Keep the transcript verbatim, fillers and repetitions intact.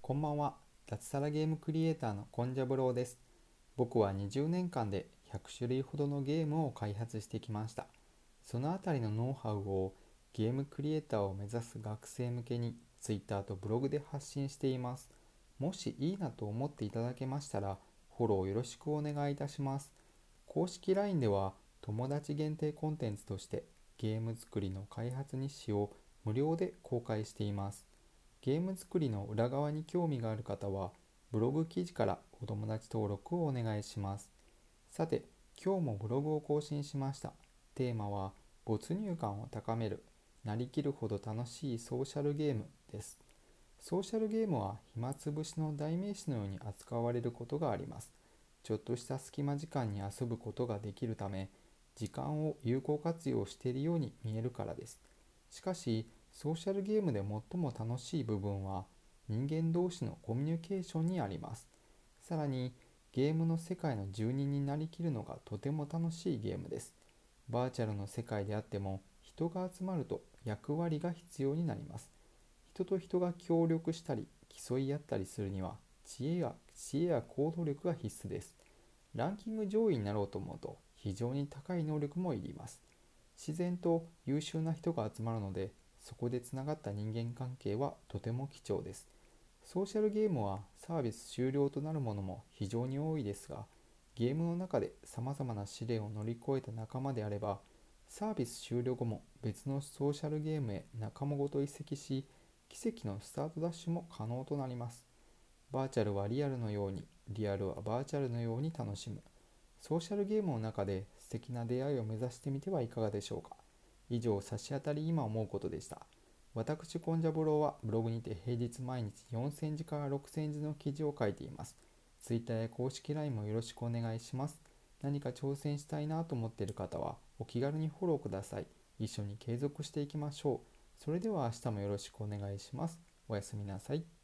こんばんは。脱サラゲームクリエイターのコンジャブローです。僕はにじゅうねんかんでひゃくしゅるいほどのゲームを開発してきました。そのあたりのノウハウをゲームクリエイターを目指す学生向けに Twitter とブログで発信しています。もしいいなと思っていただけましたら、フォローよろしくお願いいたします。公式 ライン では友達限定コンテンツとしてゲーム作りの開発日誌を無料で公開しています。ゲーム作りの裏側に興味がある方は、ブログ記事からお友達登録をお願いします。さて、今日もブログを更新しました。テーマは、没入感を高める、なりきるほど楽しいソーシャルゲームです。ソーシャルゲームは暇つぶしの代名詞のように扱われることがあります。ちょっとした隙間時間に遊ぶことができるため、時間を有効活用しているように見えるからです。しかし、ソーシャルゲームで最も楽しい部分は人間同士のコミュニケーションにあります。さらに、ゲームの世界の住人になりきるのがとても楽しいゲームです。バーチャルの世界であっても、人が集まると役割が必要になります。人と人が協力したり競い合ったりするには知恵や知恵や行動力が必須です。ランキング上位になろうと思うと非常に高い能力もいります。自然と優秀な人が集まるので、そこでつながった人間関係はとても貴重です。ソーシャルゲームはサービス終了となるものも非常に多いですが、ゲームの中で様々な試練を乗り越えた仲間であれば、サービス終了後も別のソーシャルゲームへ仲間ごと移籍し、奇跡のスタートダッシュも可能となります。バーチャルはリアルのように、リアルはバーチャルのように楽しむ。ソーシャルゲームの中で素敵な出会いを目指してみてはいかがでしょうか。以上、差し当たり今思うことでした。私、コンジャブローはブログにて平日毎日よんせんじからろくせんじの記事を書いています。Twitter や公式 ライン もよろしくお願いします。何か挑戦したいなと思っている方はお気軽にフォローください。一緒に継続していきましょう。それでは明日もよろしくお願いします。おやすみなさい。